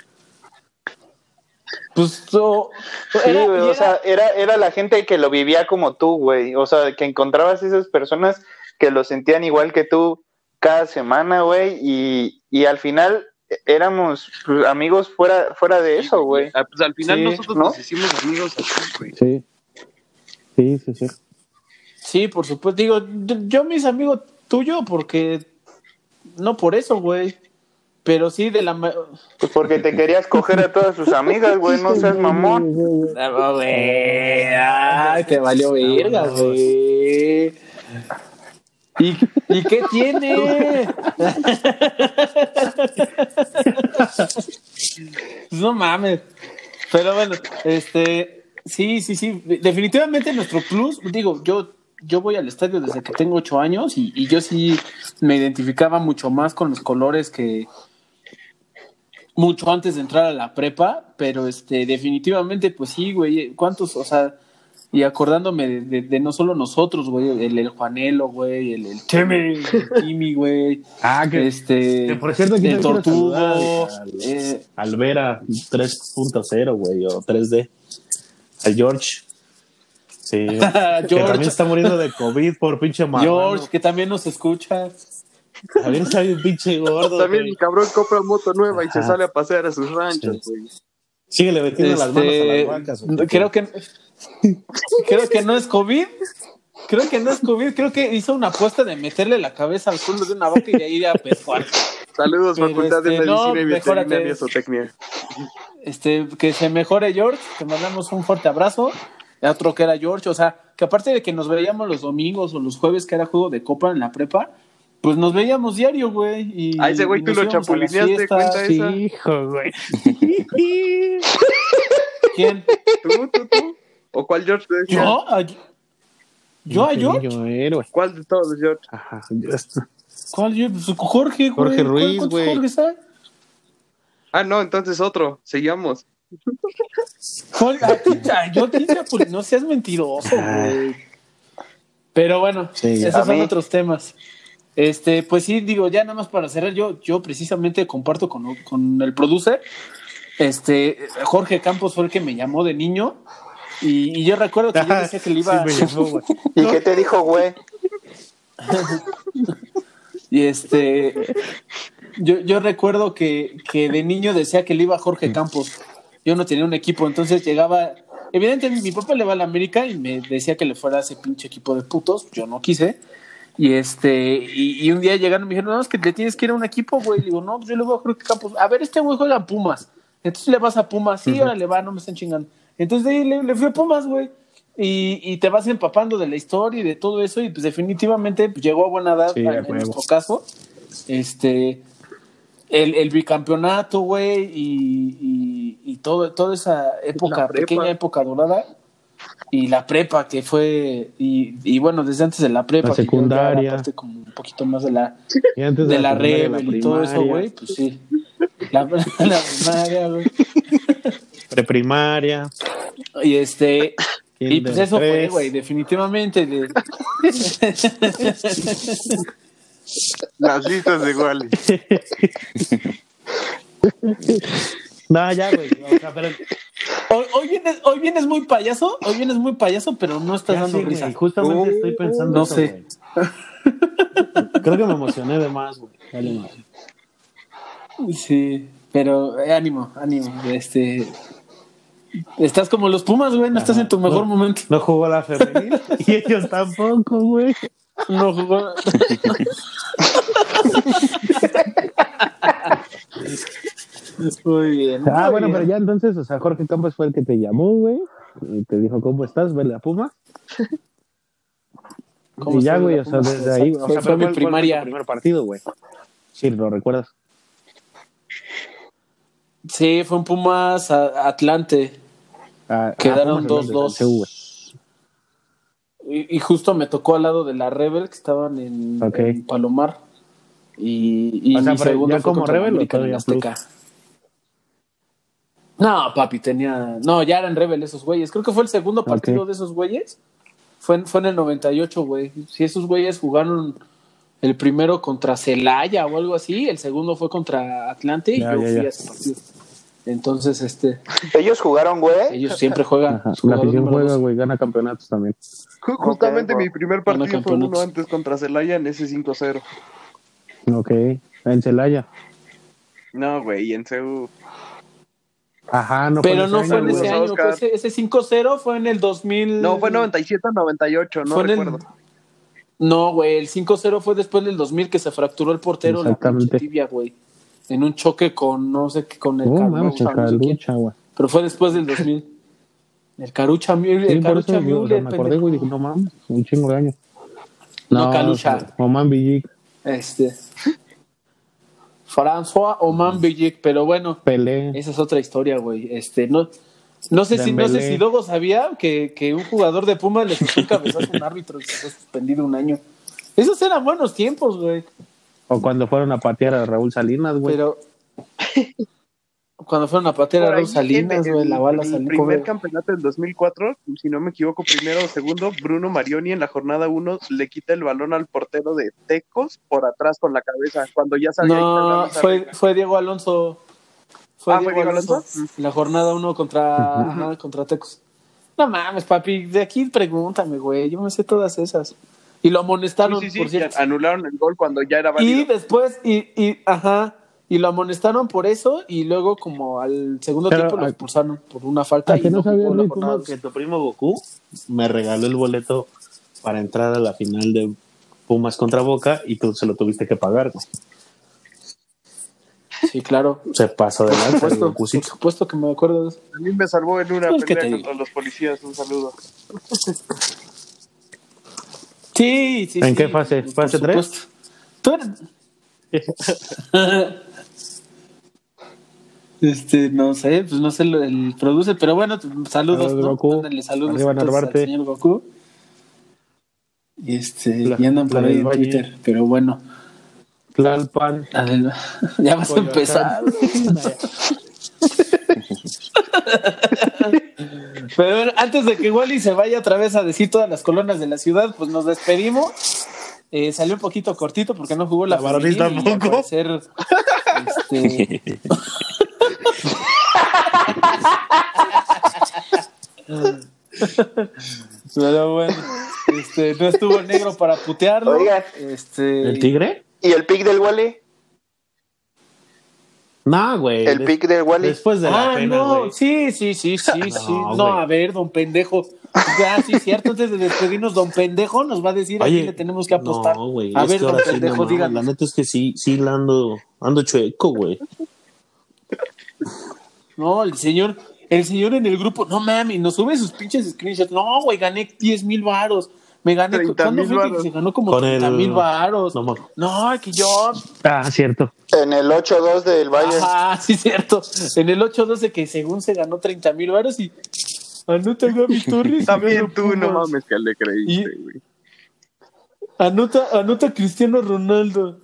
Pues, Sí, güey, o sea, era la gente que lo vivía como tú, güey. O sea, que encontrabas esas personas que lo sentían igual que tú cada semana, güey. Y al final éramos pues, amigos fuera de eso, güey. Pues al final Sí, nosotros ¿no? nos hicimos amigos así, güey. Sí. Sí. sí, por supuesto, digo, yo mis amigos tuyo, porque... No por eso, güey, pero sí de la... Pues porque te querías coger a todas sus amigas, güey. No seas mamón. No, güey, ay, te valió verga, güey. ¿Y qué tiene? No mames. Pero bueno, sí. Definitivamente nuestro plus, digo, yo voy al estadio desde que tengo 8 años y yo sí me identificaba mucho más con los colores que mucho antes de entrar a la prepa, pero definitivamente, pues sí, güey, ¿cuántos? O sea, y acordándome de no solo nosotros, güey, el Juanelo, güey, el Timmy, güey. Que por cierto, aquí el Tortugo, al Vera 3.0, güey, o 3D. Al George. Sí. George. Que también está muriendo de COVID por pinche marrano. George, que también nos escucha. También está bien pinche gordo. También güey. el cabrón compra moto nueva y se sale a pasear a sus ranchos, güey. Síguele metiendo las manos a las vacas. Creo que no es COVID. Creo que hizo una apuesta de meterle la cabeza al culo de una vaca y de ahí a pescar. Saludos, Pero Facultad de Medicina y Veterinaria y Zootecnia. Que se mejore George, te mandamos un fuerte abrazo. Otro que era George, o sea, que aparte de que nos veíamos los domingos o los jueves que era juego de copa en la prepa, pues nos veíamos diario, güey. A ese güey tú lo chapulineaste, cuenta esa. Hijo, güey. ¿Quién? ¿Tú? ¿O cuál George te decía? ¿Yo a George? Héroe. ¿Cuál de todos, George? Ajá. ¿Cuál George? Pues Jorge, güey. Jorge Ruiz, ¿Cuántos güey. Jorges hay? No, entonces otro. Seguimos. No seas mentiroso, güey. Pero bueno, Sí, esos son otros temas. Pues sí, digo, ya nada más para cerrar, yo precisamente comparto con el producer. Jorge Campos fue el que me llamó de niño y yo recuerdo que yo decía que le iba. Sí, me llamó, güey. ¿Y qué te dijo, güey? Y yo recuerdo que de niño decía que le iba a Jorge Campos. Yo no tenía un equipo, entonces llegaba. Evidentemente, mi papá le va a la América y me decía que le fuera a ese pinche equipo de putos. Yo no quise. Y un día llegaron y me dijeron, no, es que le tienes que ir a un equipo, güey. Digo, no, pues yo le voy a Jorge Campos. A ver, este güey juega a Pumas. Entonces le vas a Pumas. Sí, ahora le va, no me están chingando. Entonces de ahí le fui a Pumas, güey. Y te vas empapando de la historia y de todo eso. Y pues definitivamente pues, llegó a buena edad, Sí, en nuestro caso. El bicampeonato, güey, y toda esa época, pequeña época dorada. Y la prepa que fue y bueno, desde antes de la prepa, la secundaria, aparte como un poquito más de la Rebel y todo eso, güey, pues sí. La primaria, güey. Preprimaria. Y y pues eso fue, güey, definitivamente Las listas de Wally. No, ya, güey. O sea, pero... Hoy vienes muy payaso, pero no estás dando risa. Güey, justamente estoy pensando no eso, sé. Güey. Creo que me emocioné de más, güey. Sí, pero ánimo. Estás como los Pumas, güey, no estás en tu mejor momento. No jugó la femenil y ellos tampoco, güey. No jugó. Muy bien. Bueno, pero ya entonces, o sea, Jorge Campos fue el que te llamó, güey, y te dijo, ¿cómo estás? ¿Ves la Puma? Y ya, güey, o sea, desde ahí, o sea, fue mi primaria. Fue tu primer partido, güey. Sí, ¿lo recuerdas? Sí, fue un Pumas Atlante. Quedaron 2-2. Y justo me tocó al lado de la Rebel, que estaban en Palomar. Y o sea, mi segundo ya fue como Rebel o todavía Azteca. No, papi, ya eran Rebel esos güeyes. Creo que fue el segundo partido de esos güeyes. Fue en el 98, güey. Si esos güeyes jugaron el primero contra Celaya o algo así, el segundo fue contra Atlante y yo fui a ese partido. Entonces, ellos jugaron, güey. Ellos siempre juegan. La afición juega, güey, gana campeonatos también. Justamente mi primer partido fue uno antes contra Celaya en ese 5-0. Ok, en Celaya. No, güey, en CU. Ajá, no. Pero no fue en ese año, pues ese 5-0 fue en el 2000. No, fue 97-98, no recuerdo. No, güey, el 5-0 fue después del 2000 que se fracturó el portero la pinche tibia, güey. En un choque con, no sé qué, con el Carucha, güey. Pero fue después del 2000. El Carucha Müller. Sí, el Carucha Müller. Me acordé, güey, dije, no mames, un chingo de años. No, Calucha. Oman Villic. François Oman Villic, pero bueno. Pelé. Esa es otra historia, güey. No sé si Dogo sabía que un jugador de Pumas le puso un cabezazo a un árbitro y se fue suspendido un año. Esos eran buenos tiempos, güey. O cuando fueron a patear a Raúl Salinas, güey. Pero Cuando fueron a patear a Raúl Salinas, güey, la bala salió. El primer campeonato del 2004, si no me equivoco, primero o segundo, Bruno Marioni en la jornada 1 le quita el balón al portero de Tecos por atrás con la cabeza, cuando ya sabía. No, fue Diego Alonso. ¿Fue Diego Alonso? La jornada 1 contra Tecos. No mames, papi, de aquí pregúntame, güey, yo me sé todas esas. Y lo amonestaron, por cierto. Anularon el gol cuando ya era válido. Y después, y lo amonestaron por eso, y luego como al segundo tiempo lo expulsaron por una falta. Que no sabía que tu primo Goku me regaló el boleto para entrar a la final de Pumas contra Boca y tú se lo tuviste que pagar, güey. Sí, claro. Se pasó de lanza. Por supuesto que me acuerdo de eso. A mí me salvó en una pelea contra los policías. Un saludo. Sí. ¿En qué fase? ¿Fase 3? Tú eres... no sé, pues no sé el produce, pero bueno, saludos, ¿no? Mándale saludos al señor Goku. Y andan por ahí en Twitter, pero bueno. Tlalpan. Ya vas a empezar. Pero bueno, antes de que Wally se vaya otra vez a decir todas las colonias de la ciudad, pues nos despedimos. Salió un poquito cortito porque no jugó la varonil tampoco. Pero bueno, no estuvo el negro para putearlo. Oigan, ¿el tigre? ¿Y el pick del Wally? No, güey. El pick del Wally. Después de la pena, no, sí. No, a ver, don pendejo. Sí, cierto. Antes de despedirnos, don pendejo nos va a decir a quién le tenemos que apostar. No, güey. A ver, don pendejo, díganos. La neta es que sí ando chueco, güey. No, el señor en el grupo, no mames, nos sube sus pinches screenshots. No, güey, gané 10,000 varos. Me gané, ¿cuándo fue que se ganó como 30,000 varos? No, que yo... cierto. En el 8-2 del Bayern. Sí, cierto. En el 8-12 que según se ganó 30,000 varos y... Anota Gaby Torres. También tú, no mames, que le creíste, güey. Anota Cristiano Ronaldo.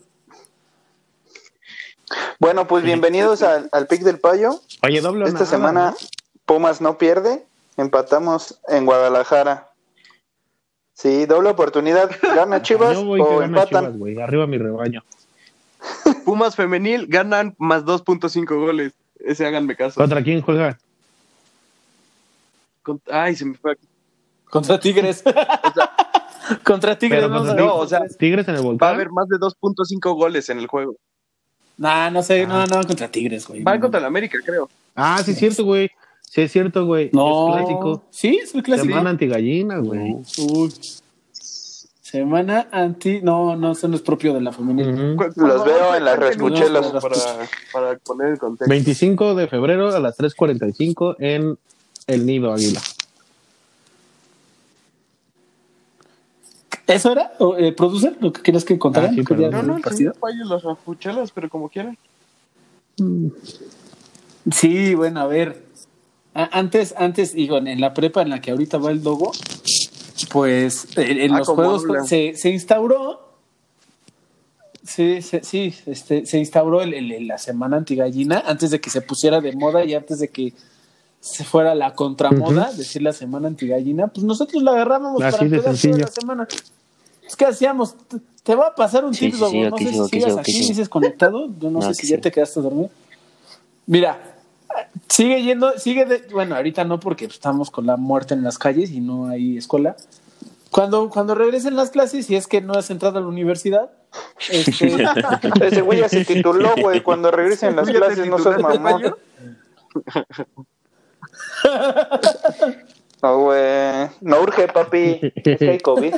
Bueno, pues bienvenidos al pick del Payo. Oye, doble Esta semana, ¿no? Pumas no pierde. Empatamos en Guadalajara. Sí, doble oportunidad. ¿Gana Chivas o empatan? Chivas, arriba mi rebaño. Pumas femenil ganan más 2.5 goles. Ese háganme caso. ¿Contra quién juega? Se me fue aquí. Contra Tigres. Contra Tigres. Tigres en el Volcán. Va a haber más de 2.5 goles en el juego. No sé. No, contra Tigres, güey. Va contra el América, creo. Sí es cierto, güey. Sí es cierto, güey. No. Es clásico. Sí, es el clásico. Semana antigallina, güey. Semana No, eso no es propio de la femenil. Los veo en las respuchelas. Para poner el contexto. 25 de febrero a las 3:45 en El Nido Águila. ¿Eso era? ¿Producer? ¿Lo que quieres que contara? No, las respuchelas, pero como quieran. Sí, bueno, a ver. Antes, digo, en la prepa en la que ahorita va el logo, pues en los juegos se instauró. Se instauró la semana antigallina antes de que se pusiera de moda y antes de que se fuera la contramoda, decir la semana antigallina, pues nosotros la agarrábamos así para de toda la semana. Es que hacíamos, te va a pasar un tip, Logo, no sé si sigas aquí, dices conectado, yo no sé si ya te quedaste dormido. Mira, bueno, ahorita no porque estamos con la muerte en las calles y no hay escuela. Cuando regresen las clases, si es que no has entrado a la universidad, ese güey ya se tituló, güey. Cuando regresen las clases, no seas mamón. No, güey. No urge, papi. Es que hay COVID.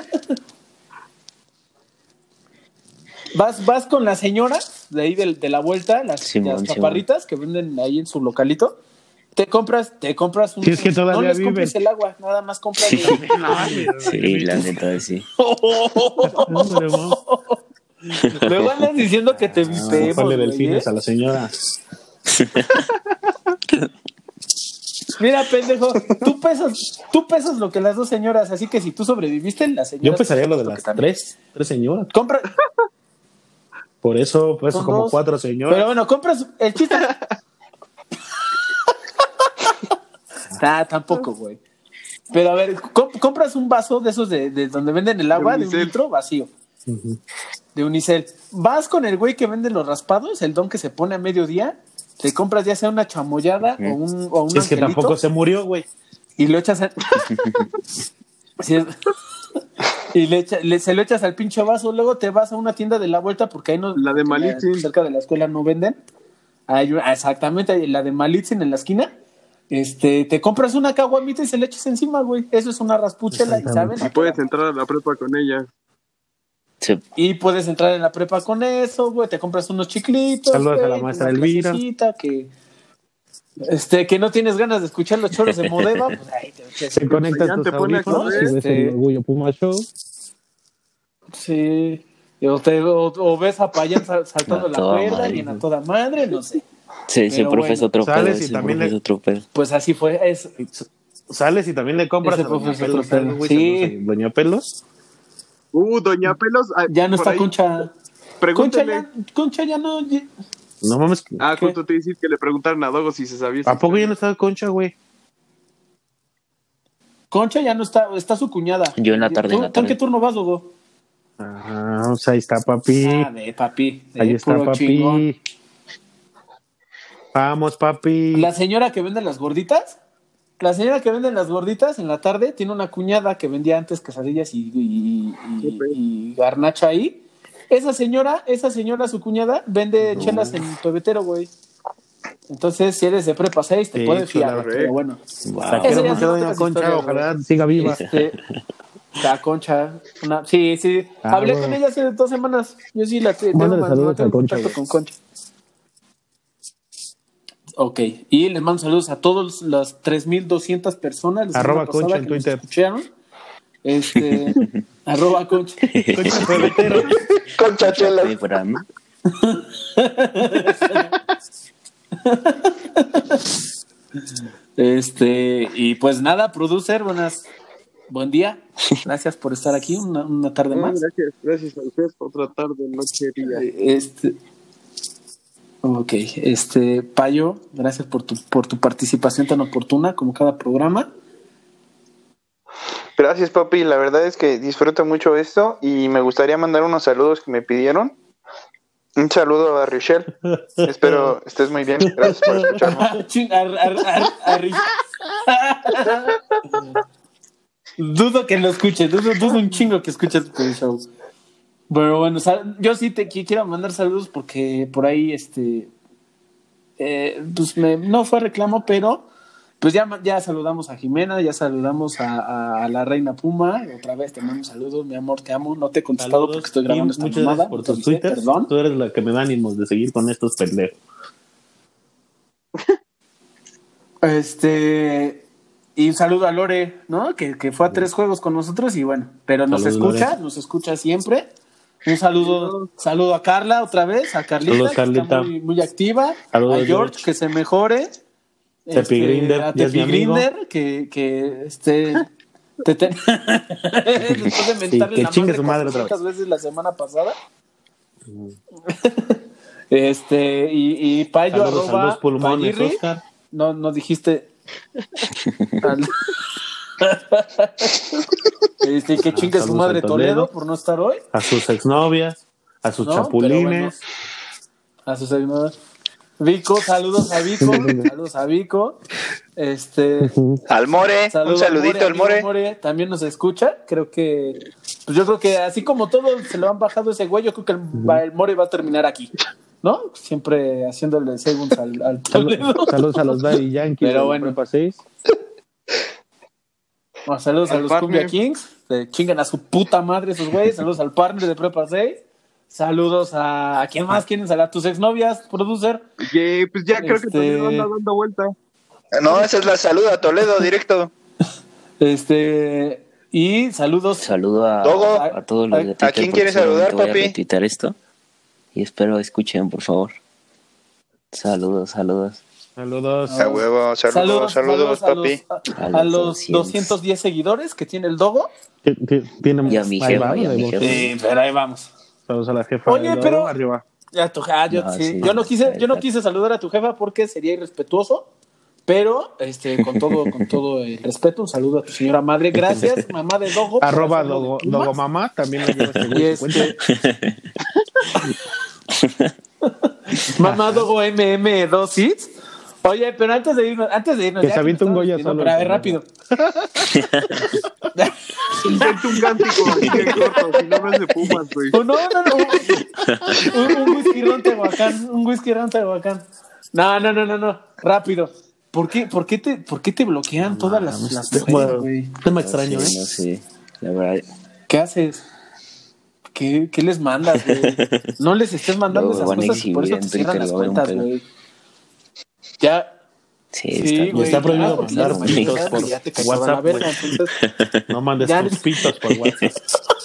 Vas con las señoras de ahí de la vuelta, las chaparritas que venden ahí en su localito. Te compras un... Si es que todavía no les viven. compres el agua, nada más compras Sí, la neta, sí. Luego andas diciendo que te vistemos. Ponle delfines a la señora. Mira, pendejo, tú pesas lo que las dos señoras, así que si tú sobreviviste, las señoras... Yo pesaría lo de las tres señoras. Compra... Por eso como 4 señoras. Pero bueno, compras el chiste... Tampoco, güey. Pero a ver, compras un vaso de esos de donde venden el agua de 1 litro vacío. Uh-huh. De Unicel. Vas con el güey que vende los raspados, el don que se pone a mediodía, te compras ya sea una chamoyada o un es angelito, que tampoco se murió, güey. Y lo echas y se lo echas al pinche vaso. Luego te vas a una tienda de la vuelta porque ahí no, la de Malitzin cerca de la escuela no venden. Exactamente, la de Malitzin en la esquina. Te compras una caguamita y se le echas encima, güey. Eso es una raspuchela, y sabes. Y puedes entrar a la prepa con ella. Sí. Y puedes entrar en la prepa con eso, güey. Te compras unos chiclitos. Saludos a la maestra Elvira. Que no tienes ganas de escuchar los choros de Modeva, pues ahí te conectas tus audífonos y ves el Orgullo Puma Show. Sí. O ves a Payán saltando la cuerda y en toda madre, no sé. Sí, ese profe es otro pedo. Y también otro pedo. Pues así fue. Sales y también le compras a Doña Pelos. Sí. Doña Pelos. Doña Pelos. Ya no está Concha. Pregúntale. Concha ya no. No mames. Justo te decís que le preguntaron a Dogo si se sabía. ¿A poco ya no estaba Concha, güey? Concha ya no está su cuñada. Yo en la tarde. ¿Con qué turno vas, Dogo? Pues ahí está papi. Papi. Ahí está papi. Chingón. Vamos, papi. La señora que vende las gorditas. La señora que vende las gorditas en la tarde tiene una cuñada que vendía antes quesadillas y garnacha ahí. Esa señora, su cuñada, vende chelas en Pebetero, güey. Entonces, si eres de prepa 6, te puede fiar, pero bueno. Wow. Esa ya doña Concha, ojalá siga viva. La Concha. Sí. Hablé con ella hace 2 semanas. Yo sí la tengo contacto con Concha. Ok, y les mando saludos a todos las 3,200 personas. @Concha en Twitter. ¿Escucharon? @Concha. Concha Pebetero. Concha chela. Y pues nada, producer, buen día. Gracias por estar aquí una tarde más. Gracias a ustedes por otra tarde, noche, día. Ok, Payo, gracias por tu participación tan oportuna como cada programa. Gracias, papi. La verdad es que disfruto mucho esto y me gustaría mandar unos saludos que me pidieron. Un saludo a Richelle. Espero estés muy bien. Gracias por escucharme. Dudo que lo escuches. Dudo un chingo que escuches el show. Pero bueno, yo sí te quiero mandar saludos porque por ahí pues no fue reclamo, pero pues ya saludamos a Jimena, ya saludamos a la Reina Puma. Otra vez te mando saludos, mi amor, te amo. No te he contestado porque estoy grabando esta mamada. Por tus Twitter, perdón. Tú eres la que me da ánimos de seguir con estos pendejos. Y un saludo a Lore, ¿no? Que fue a 3 juegos con nosotros y bueno, pero nos escucha siempre. Un saludo a Carla otra vez, a Carlita, saludos, Carlita. Que está muy activa, saludos, a George, que se mejore, Tepi Grinder, a Tepi Grinder, que después de mentarle la madre otra vez veces la semana pasada. Y Payo saludos, pulmones, Oscar. No dijiste. Que chingue su madre Toledo por no estar hoy. A sus exnovias, a sus chapulines. A sus exnovias. Vico, saludos a Vico. Al More, un saludito al More. También nos escucha. Creo que, pues yo creo que así como todos se lo han bajado ese güey, yo creo que el More va a terminar aquí, ¿no? Siempre haciéndole segundos al Toledo. Saludos a los Daddy Yankees. Pero bueno, saludos a los Cumbia Kings. Chingan a su puta madre esos güeyes. Saludos al partner de Prepa 6. Saludos a ¿quién más quieren? A tus exnovias, producer. Pues ya creo que Toledo anda dando vuelta. No, esa es la salud a Toledo directo. Y saludos. Saludo a todos los de Twitter. ¿A quién quieres saludar, papi? Voy a retweetar esto y espero escuchen, por favor. Saludos. A huevo, saludos, papi. A los 210 seguidores que tiene el Dogo. Y a mi jefa. Sí, pero ahí vamos. Saludos a la jefa. Oye, pero arriba. Yo no quise saludar a tu jefa porque sería irrespetuoso. Pero, con todo el respeto, un saludo a tu señora madre. Gracias, mamá de Dogo. @ Dogo mamá, también la llevas en mamá Dogo MM2 Oye, pero antes de irnos. Que se avienta un Goya solo. Pero a ver, rápido. Inventa un cántico así en corto, si no es de Pumas, güey. No. Un whisky ron Tehuacán. No. Rápido. ¿Por qué te bloquean todas las mujeres, güey? Tema extraño, ¿eh? No sé, la verdad. ¿Qué haces? ¿Qué les mandas, güey? No les estés mandando esas cosas y por eso te cierran las cuentas, güey. Ya. Sí, güey. Está prohibido mandar pitos por WhatsApp. Verga, entonces, no mandes tus pitos por WhatsApp.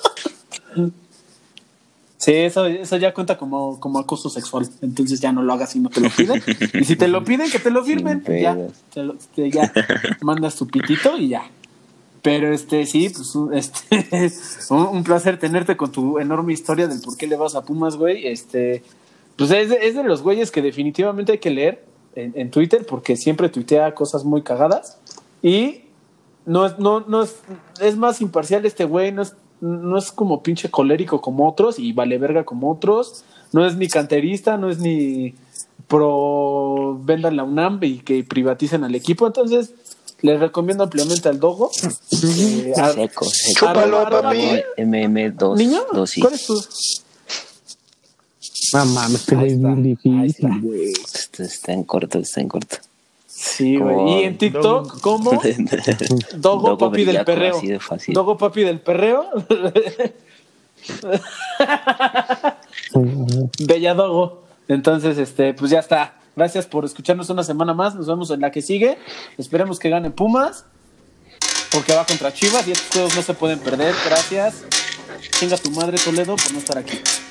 Sí, eso ya cuenta como acoso sexual. Entonces ya no lo hagas si no te lo piden. Y si te lo piden, que te lo firmen. Ya mandas tu pitito y ya. Pero sí, pues un placer tenerte con tu enorme historia del por qué le vas a Pumas, güey. Pues es de los güeyes que definitivamente hay que leer en Twitter, porque siempre tuitea cosas muy cagadas. Y no es más imparcial este güey, no es como pinche colérico como otros y vale verga como otros. No es ni canterista, no es ni pro vendan la UNAM y que privaticen al equipo. Entonces les recomiendo ampliamente al Dogo. Seco. Chúpalo, papi. MM2. ¿Niño? Dosis. ¿Cuál es tu? No mames, es bien difícil, güey. Está en corto. Sí, güey. Y en TikTok, ¿cómo? Dogo Papi del Perreo. Dogo Papi del Perreo. Bella Dogo. Entonces, pues ya está. Gracias por escucharnos una semana más. Nos vemos en la que sigue. Esperemos que gane Pumas, porque va contra Chivas y estos juegos no se pueden perder. Gracias. Chinga tu madre, Toledo, por no estar aquí.